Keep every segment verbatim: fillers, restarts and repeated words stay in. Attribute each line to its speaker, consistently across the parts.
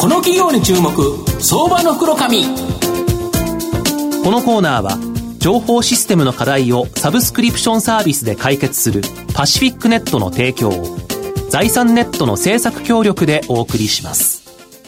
Speaker 1: この企業に注目、相場の袋紙。
Speaker 2: このコーナーは情報システムの課題をサブスクリプションサービスで解決するパシフィックネットの提供を財産ネットの制作協力でお送りします。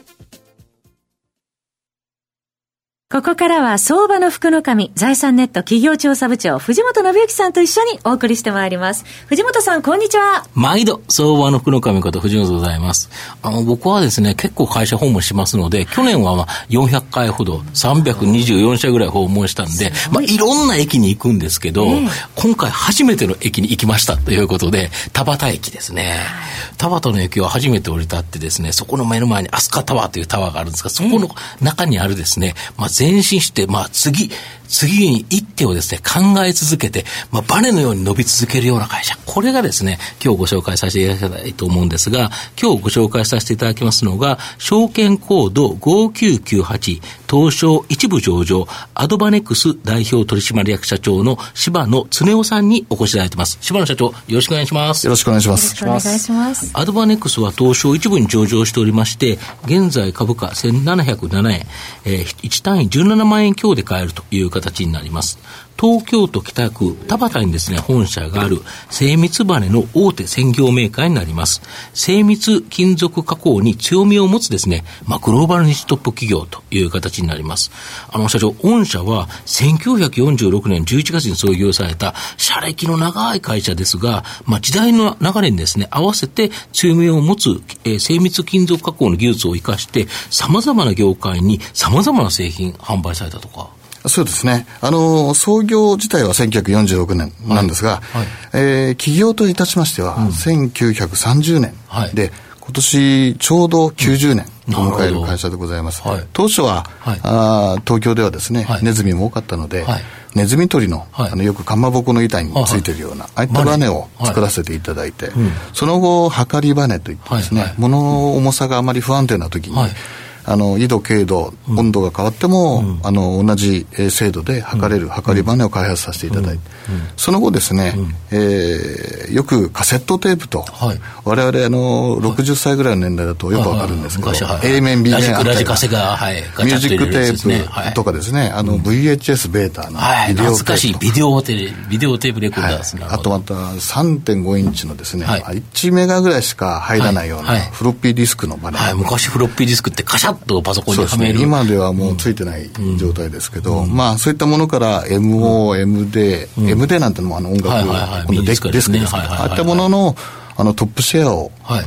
Speaker 3: ここからは相場の福の神、財産ネット企業調査部長藤本信之さんと一緒にお送りしてまいります。藤本さん、こんにちは。
Speaker 4: 毎度相場の福の神こと藤本でございます。あの僕はですね、結構会社訪問しますので、去年はまあよんひゃっかいほどさんびゃくにじゅうよんしゃぐらい訪問したんで、まあ、いろんな駅に行くんですけど、えー、今回初めての駅に行きましたということで、田端駅ですね。田端の駅は初めて降り立ってですね、そこの目の前に飛鳥タワーというタワーがあるんですが、そこの中にあるですね、まあ、前進して、まあ、次、次に一手をですね、考え続けて、まあ、バネのように伸び続けるような会社。これがですね、今日ご紹介させていただきたいと思うんですが、今日ご紹介させていただきますのが、証券コードごきゅうきゅうはち、東証一部上場、アドバネックス代表取締役社長の柴野恒夫さんにお越しいただいています。柴野社長、よろしくお願いします。
Speaker 5: よろしくお願いします。
Speaker 3: よろしくお願いします。
Speaker 4: アドバネックスは東証一部に上場しておりまして、現在株価せんななひゃくななえん、えー、いち単位じゅうななまんえん強で買えるという形になります。東京都北区田端にですね、本社がある精密バネの大手専業メーカーになります。精密金属加工に強みを持つですね、まあ、グローバルニッチトップ企業という形になります。あの社長、御社はせんきゅうひゃくよんじゅうろくねんじゅういちがつに創業された社歴の長い会社ですが、まあ、時代の流れにですね、合わせて強みを持つ、えー、精密金属加工の技術を生かして様々な業界に様々な製品販売されたとか。
Speaker 5: そうですね。あの、創業自体はせんきゅうひゃくよんじゅうろくねんなんですが、はいはい、えー、企業といたしましては、うん、せんきゅうひゃくさんじゅうねんで、はい、今年ちょうどきゅうじゅうねんを迎える会社でございます。はい、当初は、はい、あ東京ではですね、はい、ネズミも多かったので、はい、ネズミ取りの、はい、あのよくかまぼこの板についているような、はい、ああいったバネを作らせていただいて、はい、その後、測りバネといってですね、はいはい、物の重さがあまり不安定な時に、はい、あの緯度経度、うん、温度が変わっても、うん、あの同じ精度で測れる、うん、測りバネを開発させていただいて、うんうん、その後ですね、うん、えー、よくカセットテープと、はい、我々あのろくじゅっさいぐらいの年代だとよくわかるんですけど、はいはい、A 面 B 面あったり、
Speaker 4: ラジが、はい、
Speaker 5: ミュージックテープとかですね、はい、あの ブイエイチエス ベータのビデオテープ、はい、懐かしいビデオテレビデオテープレコーダーですね、はい、あとまた さんてんごインチのですね、はい、いちメガぐらいしか入らないようなフロッピーディスクのバネ、はいはい、
Speaker 4: 昔フロッピーディスクってカシャッとパソコンにはめる、
Speaker 5: ね、今ではもうついてない状態ですけど、うんうん、まあそういったものから エムオー、エムディー、うん、エムディー なんてのもあの音楽、はいはいはい、ディスクですけど、ああいったもののあのトップシェアを、はい、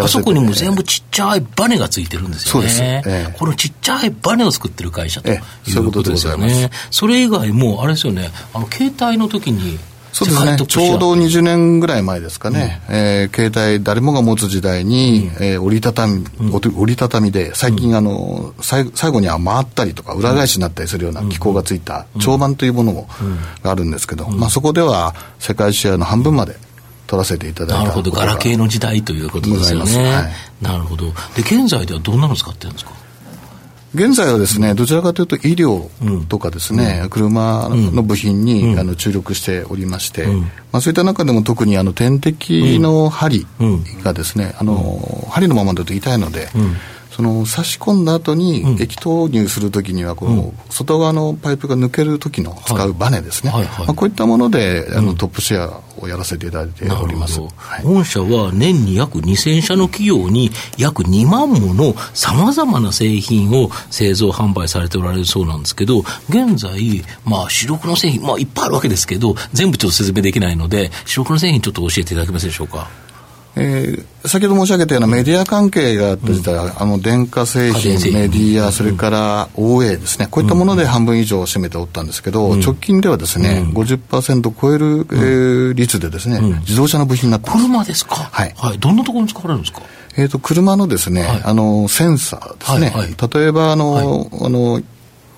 Speaker 4: あそこにも全部ちっちゃいバネがついてるんですよね。そうです、ええ、このちっちゃいバネを作ってる会社ということですよね。ええ、そういうことでございます。それ以外もあれですよね、あの携帯の時に
Speaker 5: そうですね、ちょうどにじゅうねんぐらい前ですかね、うん、えー、携帯誰もが持つ時代に、うん、えー、折りたたみ、うん、折りたたみで最近、うん、あの最後には回ったりとか裏返しになったりするような機構がついた長板というものも、うん、があるんですけど、うん、まあ、そこでは世界シェアの半分まで取らせていただいた。
Speaker 4: なるほど、ガラケーの時代ということですよね。はい、なるほど。で現在ではどんなの使ってるんですか？
Speaker 5: 現在はですね、どちらかというと医療とかですね、うん、車の部品に、うん、あの注力しておりまして、うん、まあ、そういった中でも特にあの点滴の針がですね、うん、あの針のままだと痛いので、うん、その差し込んだ後に液投入するときにはこの外側のパイプが抜けるときの使うバネですね、はいはいはい、まあ、こういったものであのトップシェアをやらせていただいております。
Speaker 4: はい、御社は年に約にせんしゃの企業に約にまんものさまざまな製品を製造販売されておられるそうなんですけど、現在、まあ、主力の製品、まあ、いっぱいあるわけですけど全部ちょっと説明できないので主力の製品ちょっと教えていただけますでしょうか？
Speaker 5: えー、先ほど申し上げたようなメディア関係があった時代、うん、あの電化製品、メディア、それから オーエー ですね、こういったもので半分以上を占めておったんですけど、うん、直近ではですね、うん、ごじゅっパーセント 超える、えー、率でですね、うん、自動車の部品になってます。
Speaker 4: 車ですか？はい、はい、どんなところに使われるんですか？
Speaker 5: えーと、車のですね、はい、あのセンサーですね、はいはい、例えばあの、はい、あの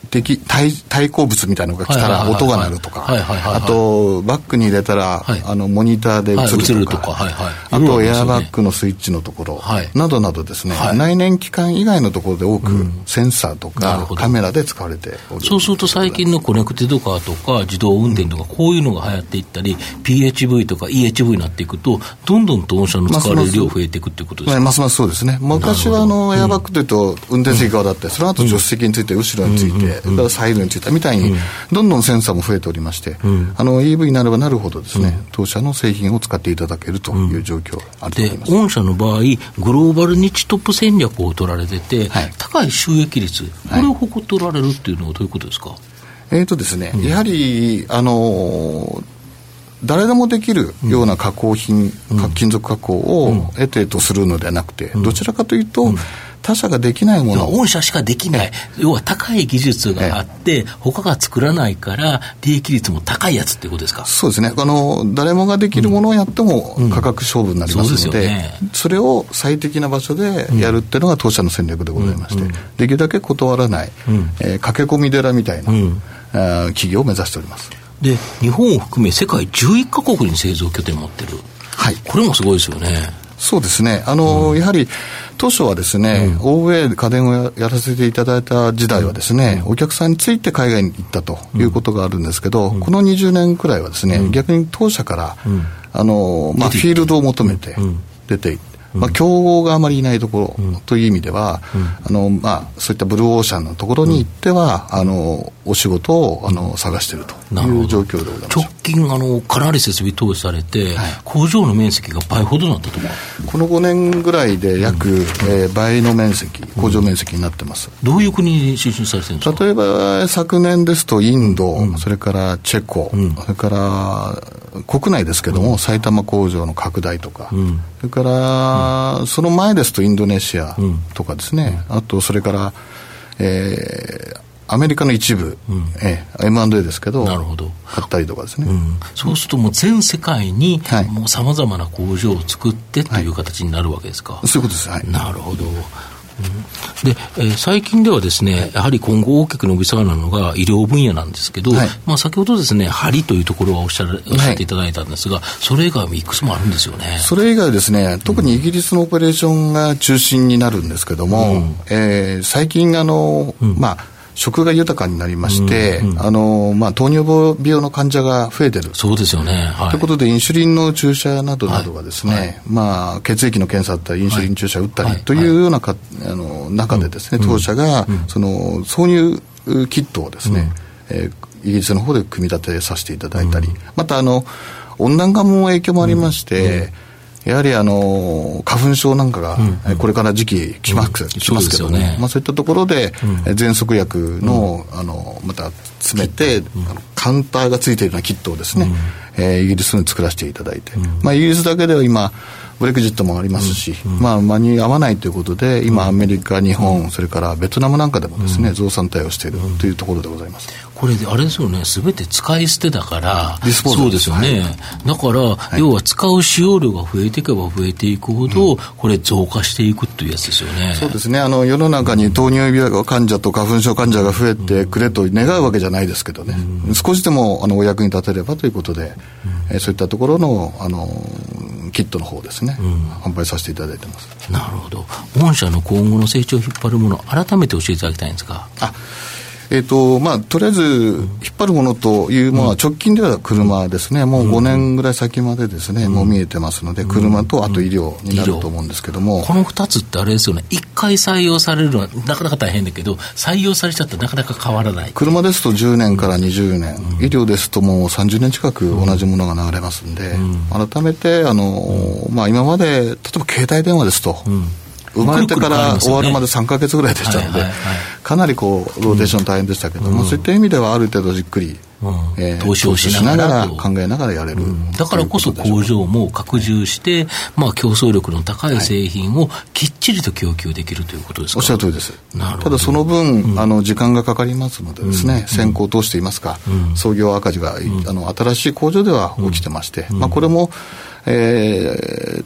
Speaker 5: 敵 対, 対抗物みたいなのが来たら音が鳴るとか、あとバッグに入れたら、はい、あのモニターで映るとか、はい、映るとか、はいはい、あとエアバッグのスイッチのところ、はい、などなどですね、はい、内燃機関以外のところで多く、うん、センサーとかカメラで使われておる。
Speaker 4: そうすると最近のコネクテッドカーとか自動運転とか、こういうのが流行っていったり ピーエイチブイ とか イーエイチブイ になっていくと、どんどんと御社の使われる量増えていくということですか。
Speaker 5: ますますそうですね。昔はあのエアバッグというと運転席側だって、うん、その後助手席について後ろについて、うん、からサイドについてみたいに、うん、どんどんセンサーも増えておりまして、うん、あの イーブイ になればなるほどですね、うん、当社の製品を使っていただけるという状況があると思います。
Speaker 4: で、御社の場合グローバルニッチトップ戦略を取られてて、はい、高い収益率、これを誇っておられるっていうのはどういうことですか。
Speaker 5: えーとですね、うん、やはりあの誰でもできるような加工品、うん、金属加工を得てとするのではなくて、うん、どちらかというと、うん、他社ができないもの、
Speaker 4: 御社しかできない、要は高い技術があって、ええ、他が作らないから利益率も高いやつっていうことですか。
Speaker 5: そうですね、あの誰もができるものをやっても価格勝負になりますので、うんうん、 そ, でね、それを最適な場所でやるっていうのが当社の戦略でございまして、うんうん、できるだけ断らない、うんえー、駆け込み寺みたいな、うん、企業を目指しております。
Speaker 4: で、日本を含め世界じゅういっカ国に製造拠点を持ってる、はい、これもすごいですよね。
Speaker 5: そうですね、あの、うん、やはり当初はですね、うん、オーエー で家電を や, やらせていただいた時代はですね、うん、お客さんについて海外に行ったということがあるんですけど、うん、このにじゅうねんくらいはですね、うん、逆に当社から、うん、あのまあ、フィールドを求めて出ていって、うんまあ、競合があまりいないところという意味では、うんあのまあ、そういったブルーオーシャンのところに行っては、うん、あのお仕事をあの探しているという状況でございます。
Speaker 4: 直近あのかなり設備投資されて、はい、工場の面積が倍ほどになったとか、
Speaker 5: このごねんぐらいで約、うんえー、倍の面積、工場面積になってます。
Speaker 4: うん、どういう国に進出されてるんですか。
Speaker 5: 例えば昨年ですとインド、うん、それからチェコ、うん、それから国内ですけども、うん、埼玉工場の拡大とか、うん、それから、うん、その前ですとインドネシアとかですね、うん、あとそれから、えー、アメリカの一部、うんえー、エムアンドエー ですけど、なるほど買ったりとかですね、うん、
Speaker 4: そうするともう全世界にさまざまな工場を作ってという形になるわけですか。
Speaker 5: はい、そういうことです、はい、
Speaker 4: なるほど。うん、で、えー、最近ではですね、やはり今後大きく伸びそうなのが医療分野なんですけど、はいまあ、先ほどですね、針というところはおっしゃる、おっしゃっていただいたんですが、はい、それ以外もいくつもあるんですよね。
Speaker 5: それ以外ですね、特にイギリスのオペレーションが中心になるんですけども、うんえー、最近あの、うん、まあ食が豊かになりまして、うんうんあのまあ、糖尿病の患者が増えてる
Speaker 4: そうですよね、はい、
Speaker 5: ということでインシュリンの注射などなどがですね、はいはいまあ、血液の検査だったりインシュリン注射を打ったり、はい、というようなかあの中でですね、うん、当社が、うん、その挿入キットをですね、うんえー、イギリスの方で組み立てさせていただいたり、うん、またあの温暖化も影響もありまして、うんうんやはりあの花粉症なんかがこれから時期来ます、うん、来ますけども、ねまあ、そういったところで喘息薬の、うん、あのまた詰めて、うん、カウンターがついているようなキットをですね、うんえー、イギリスに作らせていただいて、うんまあ、イギリスだけでは今ブレグジットもありますし、うんまあ、間に合わないということで今アメリカ、日本、うん、それからベトナムなんかでもですね、うん、増産対応しているというところでございます。
Speaker 4: これあれですよね、すべて使い捨てだから
Speaker 5: ディスポーザル
Speaker 4: そうですよね、はい、だから、はい、要は使う使用量が増えていけば増えていくほど、うん、これ増加していくというやつですよね。
Speaker 5: そうですね、あの世の中に糖尿病患者と花粉症患者が増えてくれと願うわけじゃないですけどね、うん、少しでもあのお役に立てればということで、うんえー、そういったところの、あのキットの方ですね、うん、販売させていただいてます。
Speaker 4: なるほど。御社の今後の成長を引っ張るもの改めて教えていただきたいんですが。
Speaker 5: あえーとまあ、とりあえず引っ張るものというものは直近では車ですね、うん、もうごねんぐらい先までですね、うん、もう見えてますので車とあと医療になると思うんですけども、
Speaker 4: このふたつってあれですよね、いっかい採用されるのはなかなか大変だけど採用されちゃったらなかなか変わらない。
Speaker 5: 車ですとじゅうねんからにじゅうねん、うん、医療ですともうさんじゅうねん近く同じものが流れますんで、うん、改めてあの、うんまあ、今まで例えば携帯電話ですと、うん生まれてから終わるまでさんかげつぐらいでしたので、かなりこうローテーション大変でしたけども、うん、そういった意味ではある程度じっくり、うんえー、投資をしながら考えながらやれる、うん、
Speaker 4: だからこそ工場も拡充して、まあ、競争力の高い製品をきっちりと供給できるということですか。
Speaker 5: おっしゃる通りです。ただその分、うん、あの時間がかかりますのでですね、うん、先行投資といいますか、うん、創業赤字が、うん、あの新しい工場では起きてまして、うんまあ、これもえー、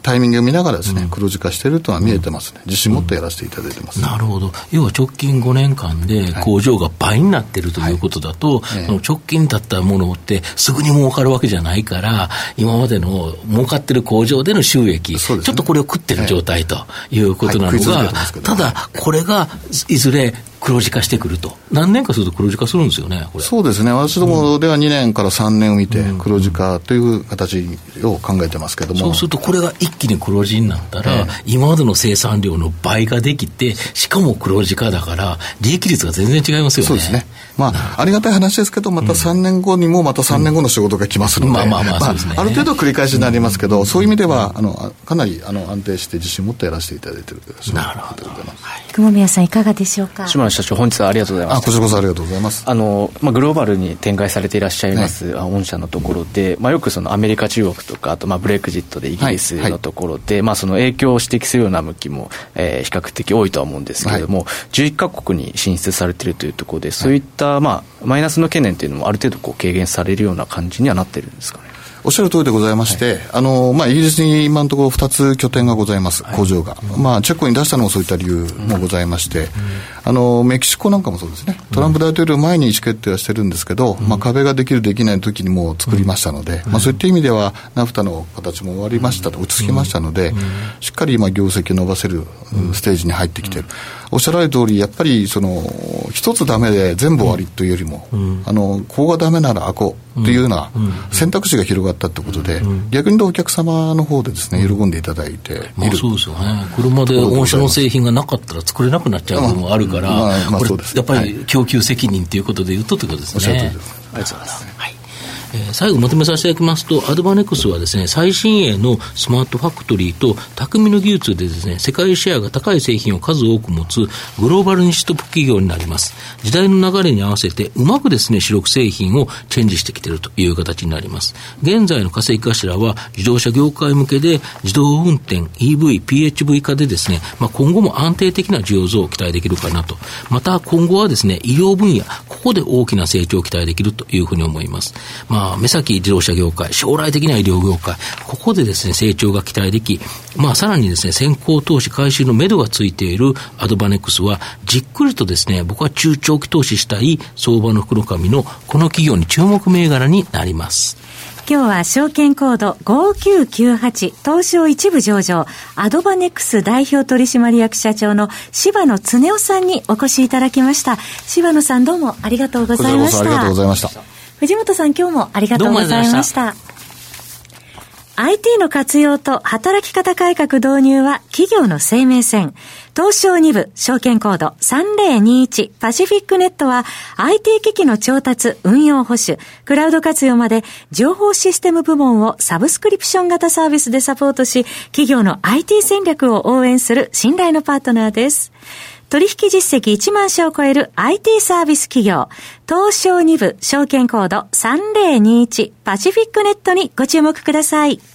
Speaker 5: タイミングを見ながらですね、うん、黒字化しているというのは見えてますね。自信持ってやらせていただいてます、
Speaker 4: うん、なるほど。要は直近ごねんかんで工場が倍になっているということだと、はいはい、その直近だったものってすぐに儲かるわけじゃないから、今までの儲かってる工場での収益、ね、ちょっとこれを食ってる状態ということなのが、はいはい、ただこれがいずれ黒字化してくると、何年かすると黒字化するんですよね、これ。
Speaker 5: そうですね、私どもではにねんからさんねんを見て黒字化という形を考えてますけども、
Speaker 4: そうするとこれが一気に黒字になったら、ええ、今までの生産量の倍ができて、しかも黒字化だから利益率が全然違いますよね。
Speaker 5: そうですね、まあ、ありがたい話ですけど、またさんねんごにもまたさんねんごの仕事が来ますので、ある程度繰り返しになりますけど、うん、そういう意味ではあのかなりあの安定して自信を持ってやらせていただいているという
Speaker 4: なるほど。
Speaker 3: 雲宮さんいかがでしょうか。
Speaker 6: 島野社長、本日はありがとうございます。
Speaker 5: あ、こちらこそありがとうございます。
Speaker 6: あの、まあ、グローバルに展開されていらっしゃいます、はい、御社のところで、まあ、よくそのアメリカ、中国とか、あとまあブレイクジットでイギリスのところで、はいはい、まあ、その影響を指摘するような向きも、えー、比較的多いとは思うんですけれども、はい、じゅういっかこくに進出されているというところで、そういった、まあ、マイナスの懸念というのもある程度こう軽減されるような感じにはなっているんですかね。
Speaker 5: おっしゃる通りでございまして、はい、あのまあ、イギリスに今のところふたつ拠点がございます、はい、工場が、まあ、チェコに出したのもそういった理由もございまして、うん、あのメキシコなんかもそうですね、トランプ大統領前に意思決定はしてるんですけど、うん、まあ、壁ができるできない時にもう作りましたので、うん、まあ、そういった意味ではナフタの形も終わりましたと、落ち着きましたので、うん、しっかり今業績を伸ばせるステージに入ってきている、うん、おっしゃられる通り、やっぱりその一つダメで全部終わりというよりも、うん、あのここがダメならあこというような選択肢が広がったということで、うん、逆に言うとお客様の方でですね、喜んでいただいている、
Speaker 4: まあ、そうですよね。車で御社の製品がなかったら作れなくなっちゃう部分もあるから、まあまあ、これやっぱり供給責任ということで言うとということですね。おっしゃる通りです。ありがとうございます。はい、えー、最後まとめさせていただきますと、アドバネクスはですね、最新鋭のスマートファクトリーと匠の技術でですね、世界シェアが高い製品を数多く持つグローバルニッチトップ企業になります。時代の流れに合わせてうまくですね、主力製品をチェンジしてきているという形になります。現在の稼ぎ頭は自動車業界向けで自動運転 イーブイ、ピーエイチブイ 化でですね、まあ、今後も安定的な需要増を期待できるかなと。また今後はですね、医療分野、ここで大きな成長を期待できるというふうに思います。まあ、目先自動車業界、将来的な医療業界、ここでですね、成長が期待でき、まあ、さらにですね、先行投資開始の目処がついているアドバネックスは、じっくりとですね、僕は中長期投資したい相場の福の神のこの企業に注目銘柄になります。
Speaker 3: 今日は証券コードごきゅうきゅうはち東証一部上場アドバネックス代表取締役社長の柴野恒夫さんにお越しいただきました。柴野さん、どうもありがとうございました。
Speaker 5: ありがとうございました。
Speaker 3: 藤本さん、今日もありがとうございました。アイティー の活用と働き方改革導入は企業の生命線。東証に部証券コードさんぜろにいちパシフィックネットは アイティー 機器の調達、運用保守、クラウド活用まで情報システム部門をサブスクリプション型サービスでサポートし、企業の アイティー 戦略を応援する信頼のパートナーです。取引実績いちまんしゃを超える アイティー サービス企業、東証に部証券コードさんぜろにいちパシフィックネットにご注目ください。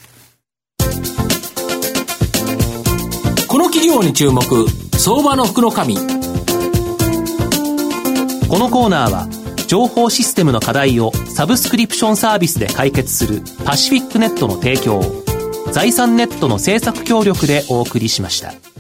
Speaker 1: この企業に注目、相場の福の神。
Speaker 2: このコーナーは情報システムの課題をサブスクリプションサービスで解決するパシフィックネットの提供、財産ネットの制作協力でお送りしました。